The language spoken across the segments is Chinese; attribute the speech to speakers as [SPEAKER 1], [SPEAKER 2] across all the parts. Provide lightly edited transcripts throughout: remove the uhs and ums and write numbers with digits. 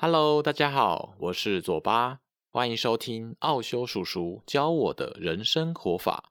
[SPEAKER 1] Hello，大家好，我是左巴，欢迎收听奥修叔叔教我的人生活法。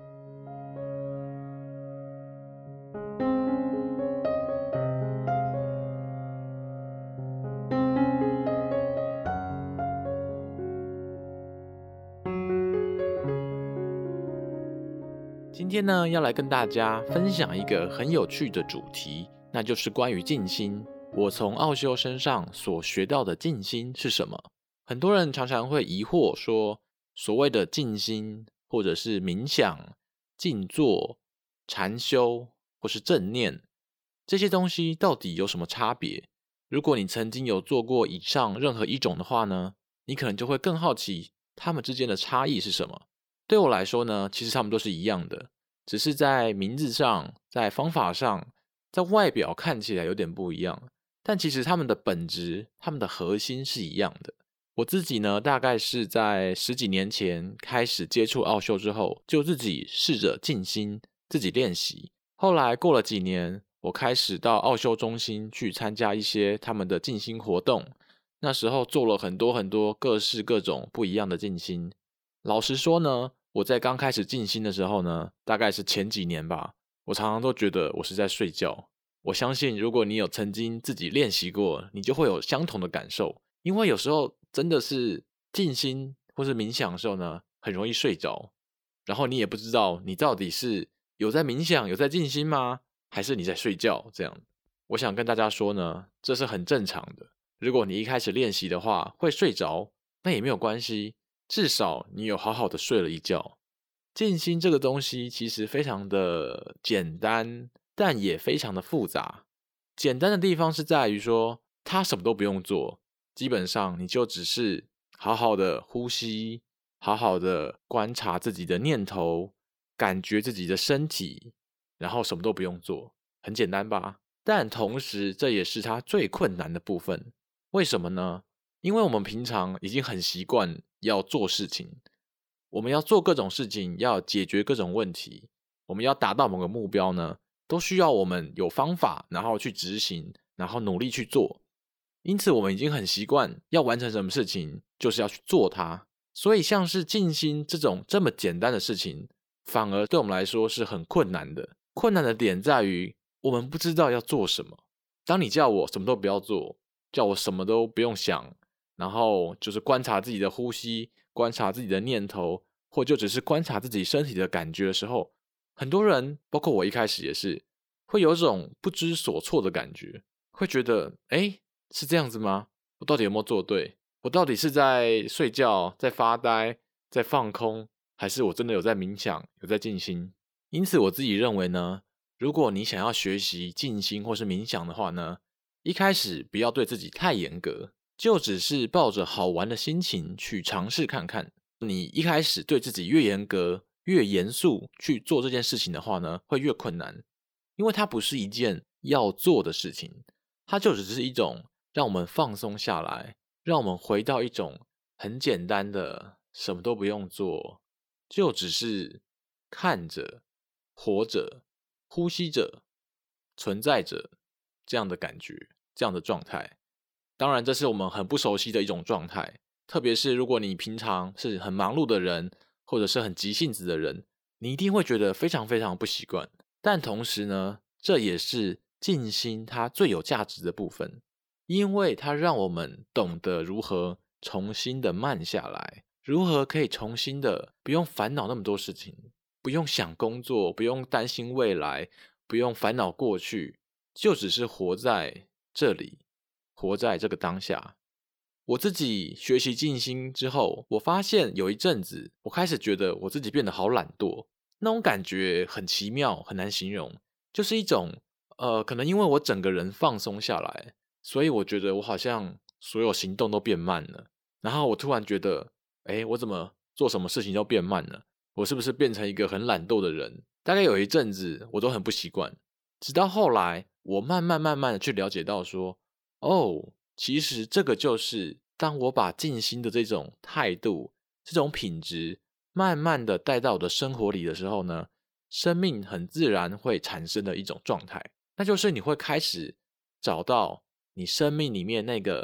[SPEAKER 1] 今天呢，要来跟大家分享一个很有趣的主题，那就是关于静心。我从奥修身上所学到的静心是什么？很多人常常会疑惑说，所谓的静心，或者是冥想、静坐、禅修，或是正念，这些东西到底有什么差别？如果你曾经有做过以上任何一种的话呢，你可能就会更好奇它们之间的差异是什么。对我来说呢，其实它们都是一样的，只是在名字上、在方法上、在外表看起来有点不一样，但其实它们的本质、它们的核心是一样的。我自己呢，大概是在10几年前开始接触奥修之后，就自己试着静心，自己练习。后来过了几年，我开始到奥修中心去参加一些他们的静心活动，那时候做了很多很多各式各种不一样的静心。老实说呢，我在刚开始静心的时候呢，大概是前几年吧，我常常都觉得我是在睡觉。我相信如果你有曾经自己练习过，你就会有相同的感受，因为有时候真的是静心或是冥想的时候呢，很容易睡着，然后你也不知道你到底是有在冥想、有在静心吗？还是你在睡觉这样。我想跟大家说呢，这是很正常的。如果你一开始练习的话会睡着，那也没有关系，至少你有好好的睡了一觉。静心这个东西其实非常的简单，但也非常的复杂。简单的地方是在于说，它什么都不用做，基本上你就只是好好的呼吸，好好的观察自己的念头，感觉自己的身体，然后什么都不用做，很简单吧？但同时，这也是它最困难的部分。为什么呢？因为我们平常已经很习惯要做事情，我们要做各种事情，要解决各种问题，我们要达到某个目标呢，都需要我们有方法，然后去执行，然后努力去做。因此，我们已经很习惯要完成什么事情，就是要去做它。所以，像是静心这种这么简单的事情，反而对我们来说是很困难的。困难的点在于，我们不知道要做什么。当你叫我什么都不要做，叫我什么都不用想，然后就是观察自己的呼吸，观察自己的念头，或就只是观察自己身体的感觉的时候，很多人，包括我一开始也是，会有种不知所措的感觉，会觉得，诶，是这样子吗？我到底有没有做对？我到底是在睡觉，在发呆，在放空，还是我真的有在冥想，有在静心？因此我自己认为呢，如果你想要学习静心或是冥想的话呢，一开始不要对自己太严格，就只是抱着好玩的心情去尝试看看。你一开始对自己越严格、越严肃去做这件事情的话呢，会越困难，因为它不是一件要做的事情，它就只是一种让我们放松下来，让我们回到一种很简单的什么都不用做，就只是看着、活着、呼吸着、存在着这样的感觉、这样的状态。当然，这是我们很不熟悉的一种状态，特别是如果你平常是很忙碌的人，或者是很急性子的人，你一定会觉得非常非常不习惯。但同时呢，这也是静心它最有价值的部分，因为它让我们懂得如何重新的慢下来，如何可以重新的不用烦恼那么多事情，不用想工作，不用担心未来，不用烦恼过去，就只是活在这里，活在这个当下。我自己学习静心之后，我发现有一阵子，我开始觉得我自己变得好懒惰，那种感觉很奇妙，很难形容，就是一种可能因为我整个人放松下来，所以我觉得我好像所有行动都变慢了。然后我突然觉得，诶，我怎么做什么事情都变慢了？我是不是变成一个很懒惰的人？大概有一阵子我都很不习惯，直到后来我慢慢的去了解到说，哦，其实这个就是当我把静心的这种态度、这种品质，慢慢的带到我的生活里的时候呢，生命很自然会产生的一种状态，那就是你会开始找到你生命里面那个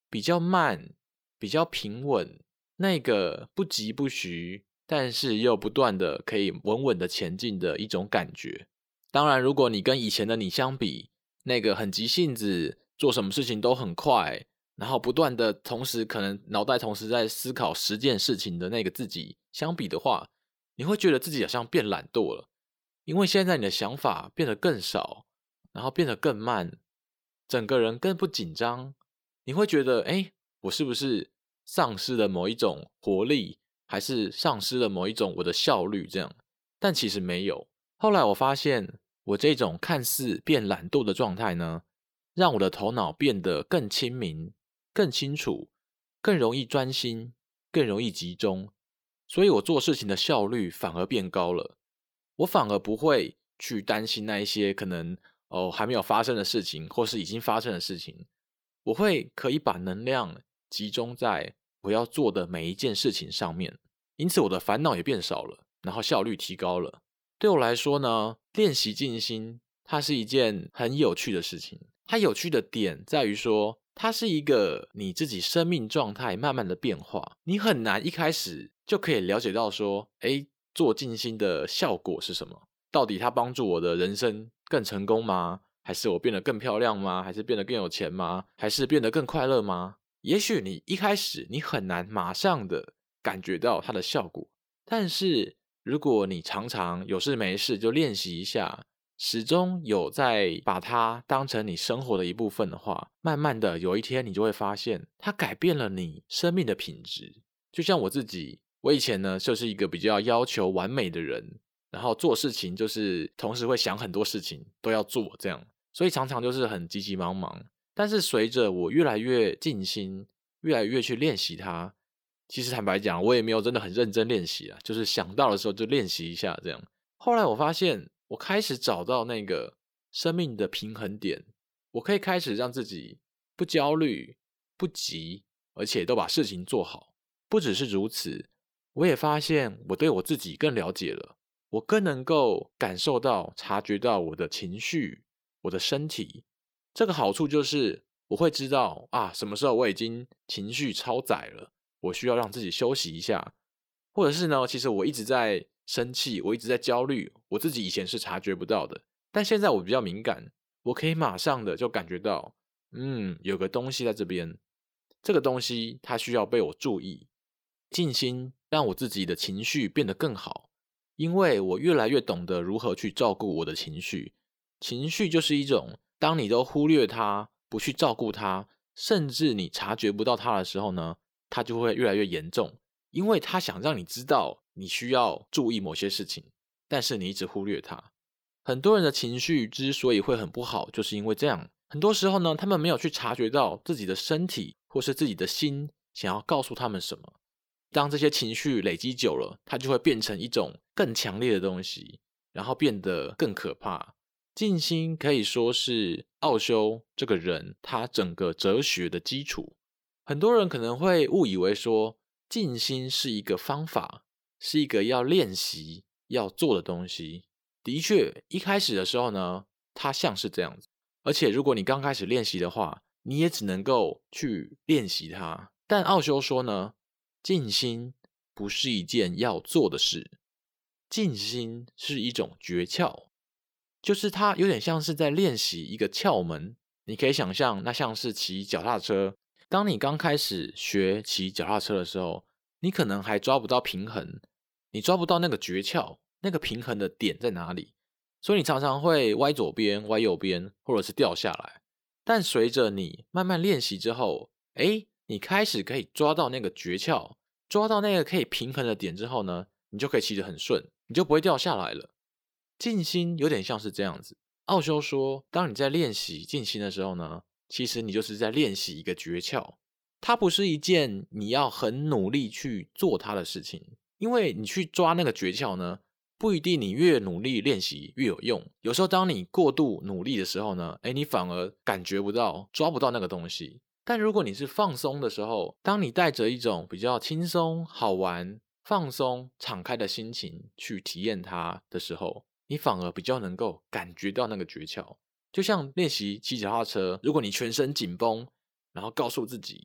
[SPEAKER 1] 比较慢、比较平稳，那个不急不徐，但是又不断的可以稳稳的前进的一种感觉。当然，如果你跟以前的你相比，那个很急性子，做什么事情都很快，然后不断的同时可能脑袋同时在思考10件事情的那个自己相比的话，你会觉得自己好像变懒惰了，因为现在你的想法变得更少，然后变得更慢，整个人更不紧张，你会觉得，我是不是丧失了某一种活力，还是丧失了某一种我的效率这样？但其实没有。后来我发现，我这种看似变懒惰的状态呢，让我的头脑变得更清明、更清楚、更容易专心、更容易集中，所以我做事情的效率反而变高了。我反而不会去担心那一些可能还没有发生的事情，或是已经发生的事情。我会可以把能量集中在我要做的每一件事情上面，因此我的烦恼也变少了，然后效率提高了。对我来说呢，练习静心，它是一件很有趣的事情。它有趣的点在于说，它是一个你自己生命状态慢慢的变化。你很难一开始就可以了解到说，做静心的效果是什么？到底它帮助我的人生更成功吗？还是我变得更漂亮吗？还是变得更有钱吗？还是变得更快乐吗？也许你一开始你很难马上的感觉到它的效果，但是如果你常常有事没事就练习一下，始终有在把它当成你生活的一部分的话，慢慢的有一天你就会发现，它改变了你生命的品质。就像我自己，我以前呢就是一个比较要求完美的人，然后做事情就是同时会想很多事情都要做这样，所以常常就是很急急忙忙。但是随着我越来越静心，越来越去练习它，其实坦白讲，我也没有真的很认真练习啊，就是想到的时候就练习一下这样。后来我发现，我开始找到那个生命的平衡点，我可以开始让自己不焦虑、不急，而且都把事情做好。不只是如此，我也发现我对我自己更了解了，我更能够感受到、察觉到我的情绪、我的身体。这个好处就是我会知道啊，什么时候我已经情绪超载了，我需要让自己休息一下，或者是呢，其实我一直在生气，我一直在焦虑，我自己以前是察觉不到的，但现在我比较敏感，我可以马上的就感觉到，有个东西在这边，这个东西它需要被我注意，静心让我自己的情绪变得更好，因为我越来越懂得如何去照顾我的情绪。情绪就是一种，当你都忽略它，不去照顾它，甚至你察觉不到它的时候呢，它就会越来越严重。因为他想让你知道你需要注意某些事情，但是你一直忽略它。很多人的情绪之所以会很不好，就是因为这样。很多时候呢，他们没有去察觉到自己的身体或是自己的心想要告诉他们什么。当这些情绪累积久了，它就会变成一种更强烈的东西，然后变得更可怕。静心可以说是奥修这个人他整个哲学的基础。很多人可能会误以为说静心是一个方法，是一个要练习要做的东西。的确，一开始的时候呢，它像是这样子。而且如果你刚开始练习的话，你也只能够去练习它。但奥修说呢，静心不是一件要做的事，静心是一种诀窍，就是它有点像是在练习一个窍门。你可以想象，那像是骑脚踏车。当你刚开始学骑脚踏车的时候，你可能还抓不到平衡，你抓不到那个诀窍，那个平衡的点在哪里，所以你常常会歪左边、歪右边，或者是掉下来。但随着你慢慢练习之后，你开始可以抓到那个诀窍，抓到那个可以平衡的点之后呢，你就可以骑得很顺，你就不会掉下来了。静心有点像是这样子。奥修说，当你在练习静心的时候呢，其实你就是在练习一个诀窍，它不是一件你要很努力去做它的事情，因为你去抓那个诀窍呢，不一定你越努力练习越有用。有时候当你过度努力的时候呢，你反而感觉不到、抓不到那个东西。但如果你是放松的时候，当你带着一种比较轻松、好玩、放松、敞开的心情去体验它的时候，你反而比较能够感觉到那个诀窍。就像练习骑脚踏车，如果你全身紧绷，然后告诉自己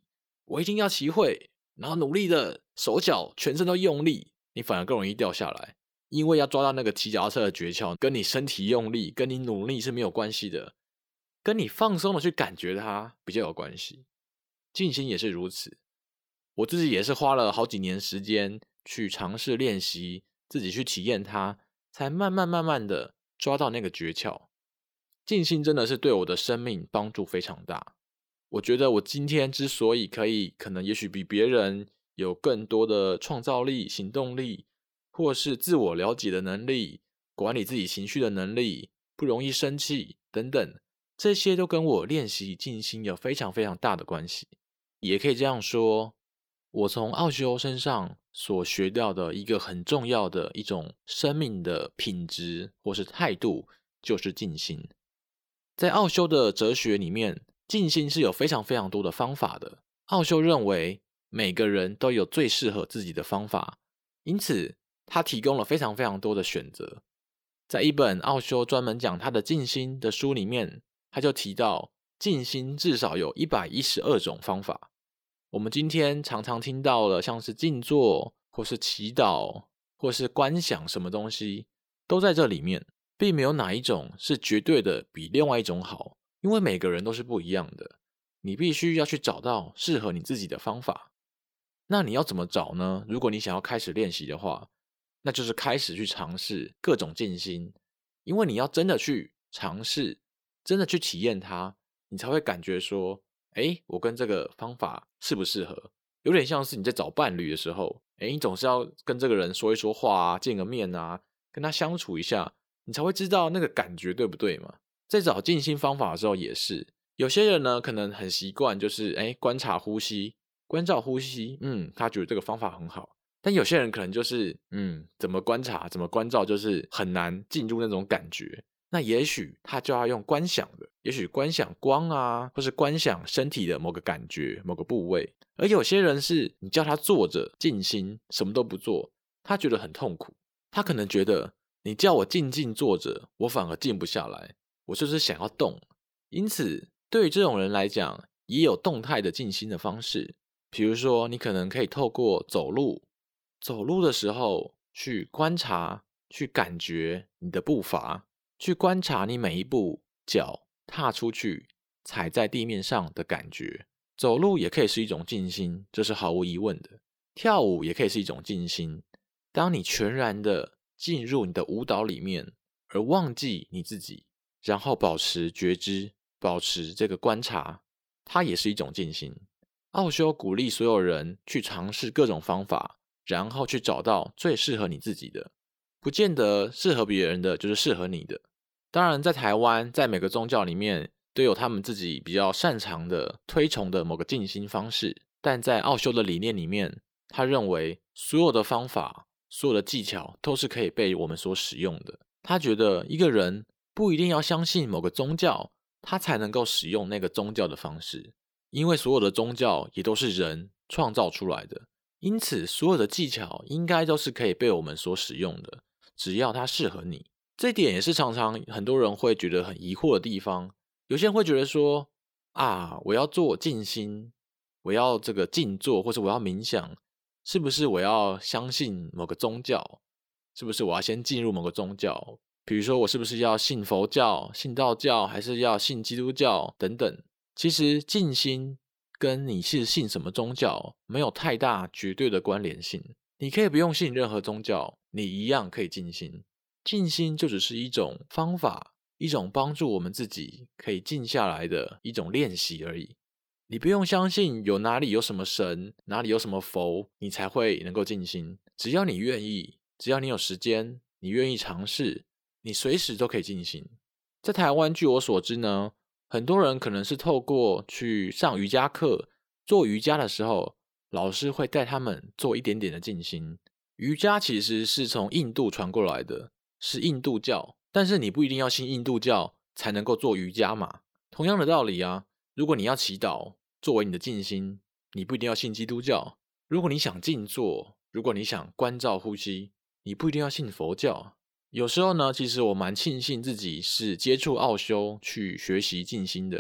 [SPEAKER 1] 我一定要骑会，然后努力的手脚全身都用力，你反而更容易掉下来。因为要抓到那个骑脚踏车的诀窍，跟你身体用力，跟你努力是没有关系的，跟你放松的去感觉它比较有关系。静心也是如此，我自己也是花了好几年时间去尝试练习，自己去体验它，才慢慢的抓到那个诀窍。静心真的是对我的生命帮助非常大。我觉得我今天之所以可能也许比别人有更多的创造力、行动力，或是自我了解的能力，管理自己情绪的能力，不容易生气等等，这些都跟我练习静心有非常大的关系。也可以这样说，我从奥修身上所学到的一个很重要的一种生命的品质或是态度，就是静心。在奥修的哲学里面，静心是有非常多的方法的。奥修认为每个人都有最适合自己的方法，因此他提供了非常多的选择。在一本奥修专门讲他的静心的书里面，他就提到静心至少有112种方法。我们今天常常听到了像是静坐，或是祈祷，或是观想什么东西，都在这里面，并没有哪一种是绝对的比另外一种好，因为每个人都是不一样的，你必须要去找到适合你自己的方法。那你要怎么找呢？如果你想要开始练习的话，那就是开始去尝试各种静心，因为你要真的去尝试，真的去体验它，你才会感觉说，我跟这个方法适不适合。有点像是你在找伴侣的时候，你总是要跟这个人说一说话啊，见个面啊，跟他相处一下，你才会知道那个感觉对不对嘛。在找静心方法的时候也是，有些人呢可能很习惯就是观察呼吸，关照呼吸，他觉得这个方法很好。但有些人可能就是怎么观察怎么关照，就是很难进入那种感觉。那也许他就要用观想的，也许观想光啊，或是观想身体的某个感觉某个部位。而有些人是你叫他坐着静心什么都不做，他觉得很痛苦，他可能觉得你叫我静静坐着，我反而静不下来，我就是想要动。因此对于这种人来讲，也有动态的静心的方式。比如说你可能可以透过走路的时候去观察，去感觉你的步伐，去观察你每一步脚踏出去踩在地面上的感觉。走路也可以是一种静心，这是毫无疑问的。跳舞也可以是一种静心，当你全然的进入你的舞蹈里面，而忘记你自己，然后保持觉知，保持这个观察，它也是一种静心。奥修鼓励所有人去尝试各种方法，然后去找到最适合你自己的，不见得适合别人的就是适合你的。当然在台湾，在每个宗教里面都有他们自己比较擅长的推崇的某个静心方式，但在奥修的理念里面，他认为所有的方法所有的技巧都是可以被我们所使用的。他觉得一个人不一定要相信某个宗教，他才能够使用那个宗教的方式，因为所有的宗教也都是人创造出来的，因此所有的技巧应该都是可以被我们所使用的，只要它适合你。这点也是常常很多人会觉得很疑惑的地方。有些人会觉得说我要做静心，我要这个静坐，或者我要冥想，是不是我要相信某个宗教？是不是我要先进入某个宗教？比如说我是不是要信佛教、信道教，还是要信基督教等等。其实静心跟你是信什么宗教没有太大绝对的关联性，你可以不用信任何宗教，你一样可以静心。静心就只是一种方法，一种帮助我们自己可以静下来的一种练习而已。你不用相信哪里有什么神，哪里有什么佛，你才会能够静心。只要你愿意，只要你有时间，你愿意尝试，你随时都可以静心。在台湾据我所知呢，很多人可能是透过去上瑜伽课，做瑜伽的时候，老师会带他们做一点点的静心。瑜伽其实是从印度传过来的，是印度教，但是你不一定要信印度教才能够做瑜伽嘛。同样的道理啊，如果你要祈祷作为你的静心，你不一定要信基督教。如果你想静坐，如果你想关照呼吸，你不一定要信佛教。有时候呢，其实我蛮庆幸自己是接触奥修去学习静心的，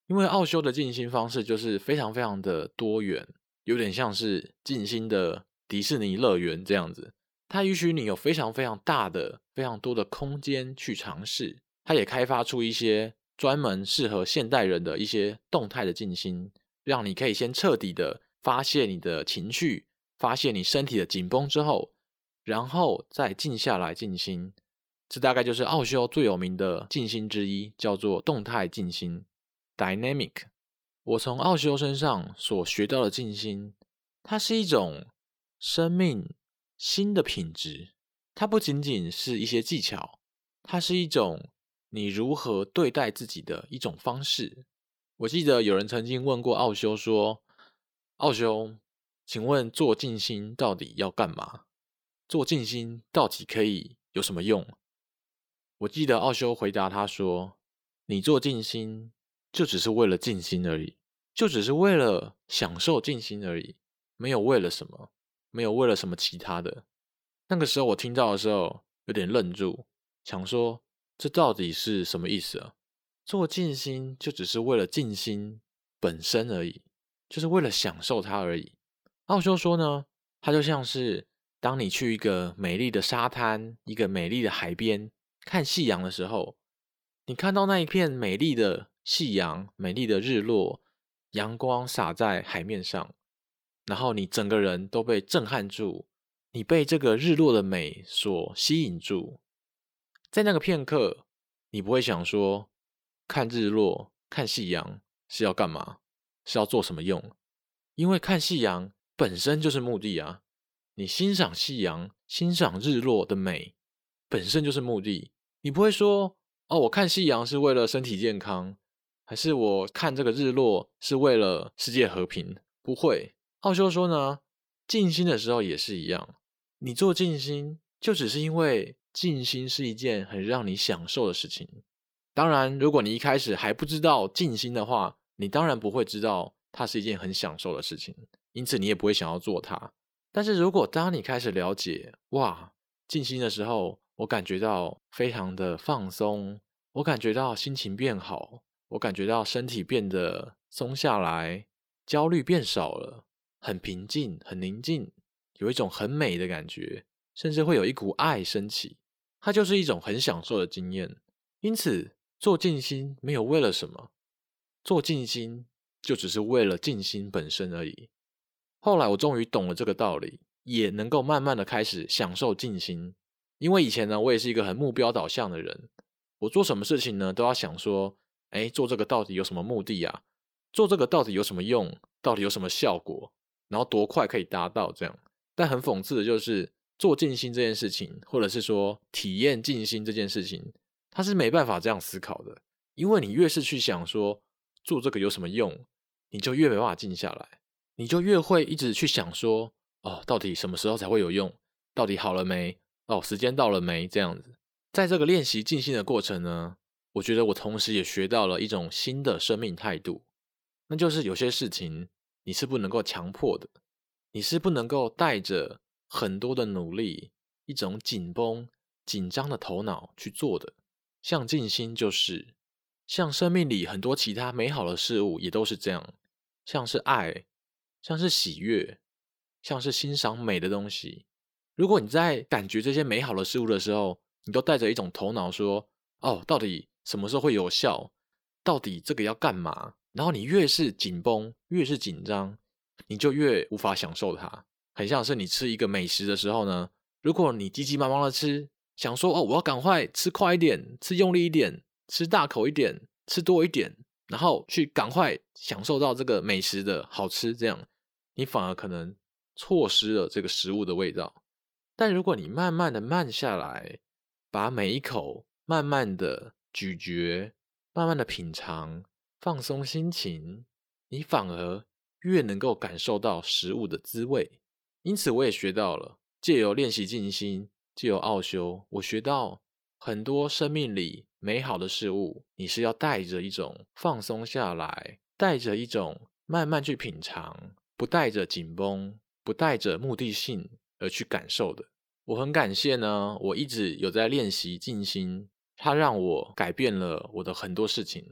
[SPEAKER 1] 因为奥修的静心方式就是非常非常的多元，有点像是静心的迪士尼乐园这样子。它允许你有非常非常大的、非常多的空间去尝试。它也开发出一些专门适合现代人的一些动态的静心，让你可以先彻底的发泄你的情绪，发泄你身体的紧绷之后，然后再静下来静心。这大概就是奥修最有名的静心之一，叫做动态静心 （Dynamic）。我从奥修身上所学到的静心，它是一种生命新的品质。它不仅仅是一些技巧，它是一种你如何对待自己的一种方式。我记得有人曾经问过奥修说：奥修，请问做静心到底要干嘛？做静心到底可以有什么用？我记得奥修回答他说：你做静心就只是为了静心而已，就只是为了享受静心而已，没有为了什么，没有为了什么其他的。那个时候我听到的时候有点愣住，想说这到底是什么意思啊？做静心就只是为了静心本身而已，就是为了享受它而已。奥修说呢，它就像是当你去一个美丽的沙滩，一个美丽的海边看夕阳的时候，你看到那一片美丽的夕阳、美丽的日落，阳光洒在海面上，然后你整个人都被震撼住，你被这个日落的美所吸引住。在那个片刻，你不会想说，看日落、看夕阳是要干嘛？是要做什么用？因为看夕阳本身就是目的啊！你欣赏夕阳、欣赏日落的美，本身就是目的。你不会说，哦，我看夕阳是为了身体健康，还是我看这个日落是为了世界和平？不会。奥修说呢，静心的时候也是一样，你做静心就只是因为静心是一件很让你享受的事情。当然，如果你一开始还不知道静心的话，你当然不会知道它是一件很享受的事情，因此你也不会想要做它。但是如果当你开始了解，哇，静心的时候，我感觉到非常的放松，我感觉到心情变好，我感觉到身体变得松下来，焦虑变少了，很平静，很宁静，有一种很美的感觉，甚至会有一股爱升起，它就是一种很享受的经验。因此，做静心没有为了什么，做静心就只是为了静心本身而已。后来我终于懂了这个道理，也能够慢慢的开始享受静心。因为以前呢，我也是一个很目标导向的人，我做什么事情呢，都要想说，做这个到底有什么目的啊？做这个到底有什么用？到底有什么效果？然后多快可以达到这样？但很讽刺的就是，做静心这件事情，或者是说体验静心这件事情，它是没办法这样思考的。因为你越是去想说做这个有什么用，你就越没办法静下来。你就越会一直去想说，哦，到底什么时候才会有用？到底好了没？哦，时间到了没？这样子，在这个练习静心的过程呢，我觉得我同时也学到了一种新的生命态度，那就是有些事情你是不能够强迫的，你是不能够带着很多的努力，一种紧绷、紧张的头脑去做的。像静心就是，像生命里很多其他美好的事物也都是这样，像是爱。像是喜悦，像是欣赏美的东西。如果你在感觉这些美好的事物的时候，你都带着一种头脑说：“哦，到底什么时候会有效？到底这个要干嘛？”然后你越是紧绷，越是紧张，你就越无法享受它。很像是你吃一个美食的时候呢，如果你急急忙忙的吃，想说：“哦，我要赶快吃快一点，吃用力一点，吃大口一点，吃多一点。”然后去赶快享受到这个美食的好吃，这样你反而可能错失了这个食物的味道。但如果你慢慢的慢下来，把每一口慢慢的咀嚼，慢慢的品尝，放松心情，你反而越能够感受到食物的滋味。因此我也学到了，借由练习静心，借由奥修，我学到很多生命里美好的事物，你是要带着一种放松下来，带着一种慢慢去品尝，不带着紧绷，不带着目的性而去感受的。我很感谢呢，我一直有在练习静心，它让我改变了我的很多事情。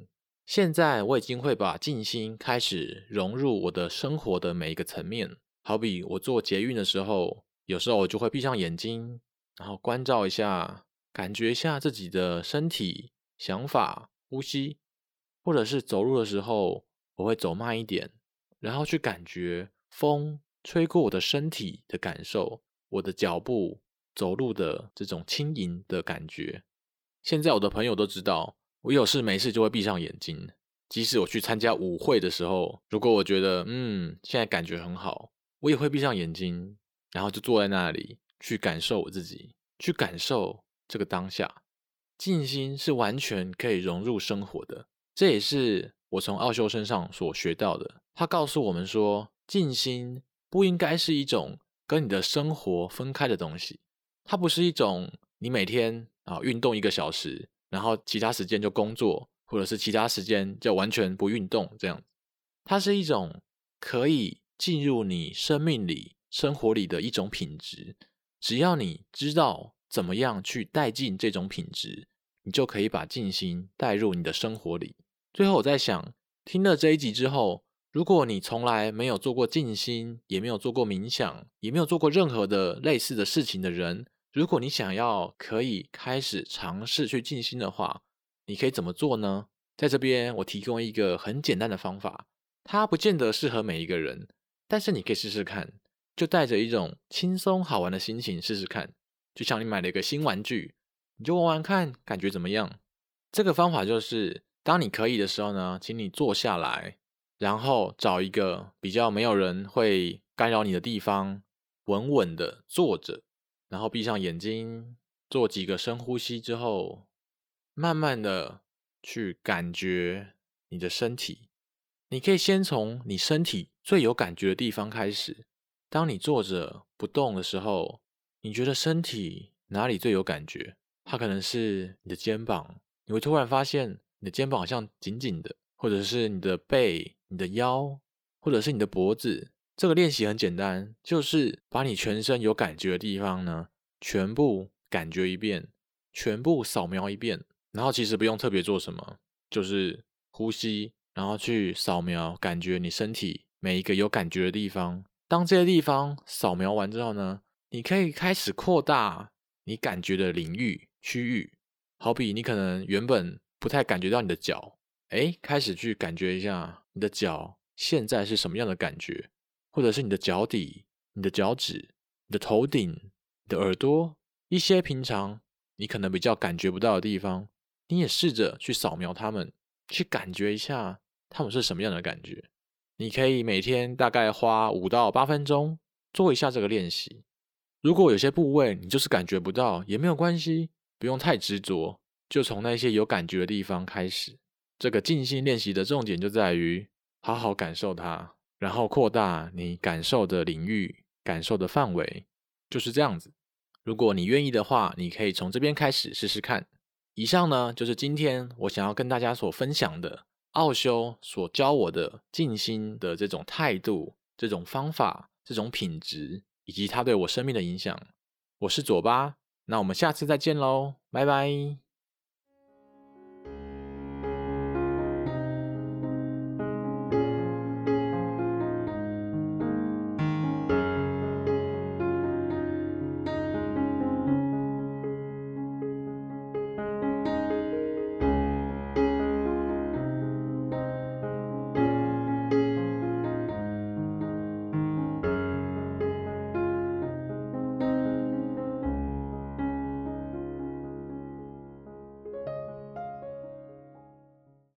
[SPEAKER 1] 现在我已经会把静心开始融入我的生活的每一个层面，好比我做捷运的时候，有时候我就会闭上眼睛，然后关照一下，感觉一下自己的身体、想法、呼吸，或者是走路的时候，我会走慢一点，然后去感觉风吹过我的身体的感受，我的脚步走路的这种轻盈的感觉。现在我的朋友都知道，我有事没事就会闭上眼睛，即使我去参加舞会的时候，如果我觉得现在感觉很好，我也会闭上眼睛，然后就坐在那里去感受我自己，去感受这个当下。静心是完全可以融入生活的，这也是我从奥修身上所学到的。他告诉我们说，静心不应该是一种跟你的生活分开的东西，它不是一种你每天运动1个小时，然后其他时间就工作，或者是其他时间就完全不运动这样。它是一种可以进入你生命里、生活里的一种品质。只要你知道怎么样去带进这种品质，你就可以把静心带入你的生活里。最后我在想，听了这一集之后，如果你从来没有做过静心，也没有做过冥想，也没有做过任何的类似的事情的人，如果你想要可以开始尝试去静心的话，你可以怎么做呢？在这边我提供一个很简单的方法，它不见得适合每一个人，但是你可以试试看，就带着一种轻松好玩的心情试试看，就像你买了一个新玩具，你就玩玩看，感觉怎么样？这个方法就是，当你可以的时候呢，请你坐下来，然后找一个比较没有人会干扰你的地方，稳稳的坐着，然后闭上眼睛，做几个深呼吸之后，慢慢的去感觉你的身体。你可以先从你身体最有感觉的地方开始。当你坐着不动的时候，你觉得身体哪里最有感觉？它可能是你的肩膀，你会突然发现你的肩膀好像紧紧的，或者是你的背、你的腰，或者是你的脖子。这个练习很简单，就是把你全身有感觉的地方呢，全部感觉一遍，全部扫描一遍。然后其实不用特别做什么，就是呼吸，然后去扫描，感觉你身体每一个有感觉的地方。当这些地方扫描完之后呢，你可以开始扩大你感觉的领域区域。好比你可能原本不太感觉到你的脚，开始去感觉一下你的脚现在是什么样的感觉，或者是你的脚底、你的脚趾、你的头顶、你的耳朵，一些平常你可能比较感觉不到的地方，你也试着去扫描它们，去感觉一下它们是什么样的感觉。你可以每天大概花5到8分钟做一下这个练习。如果有些部位你就是感觉不到，也没有关系，不用太执着，就从那些有感觉的地方开始。这个静心练习的重点就在于好好感受它，然后扩大你感受的领域、感受的范围，就是这样子。如果你愿意的话，你可以从这边开始试试看。以上呢，就是今天我想要跟大家所分享的奥修所教我的静心的这种态度、这种方法、这种品质，以及它对我生命的影响。我是左巴，那我们下次再见喽，拜拜。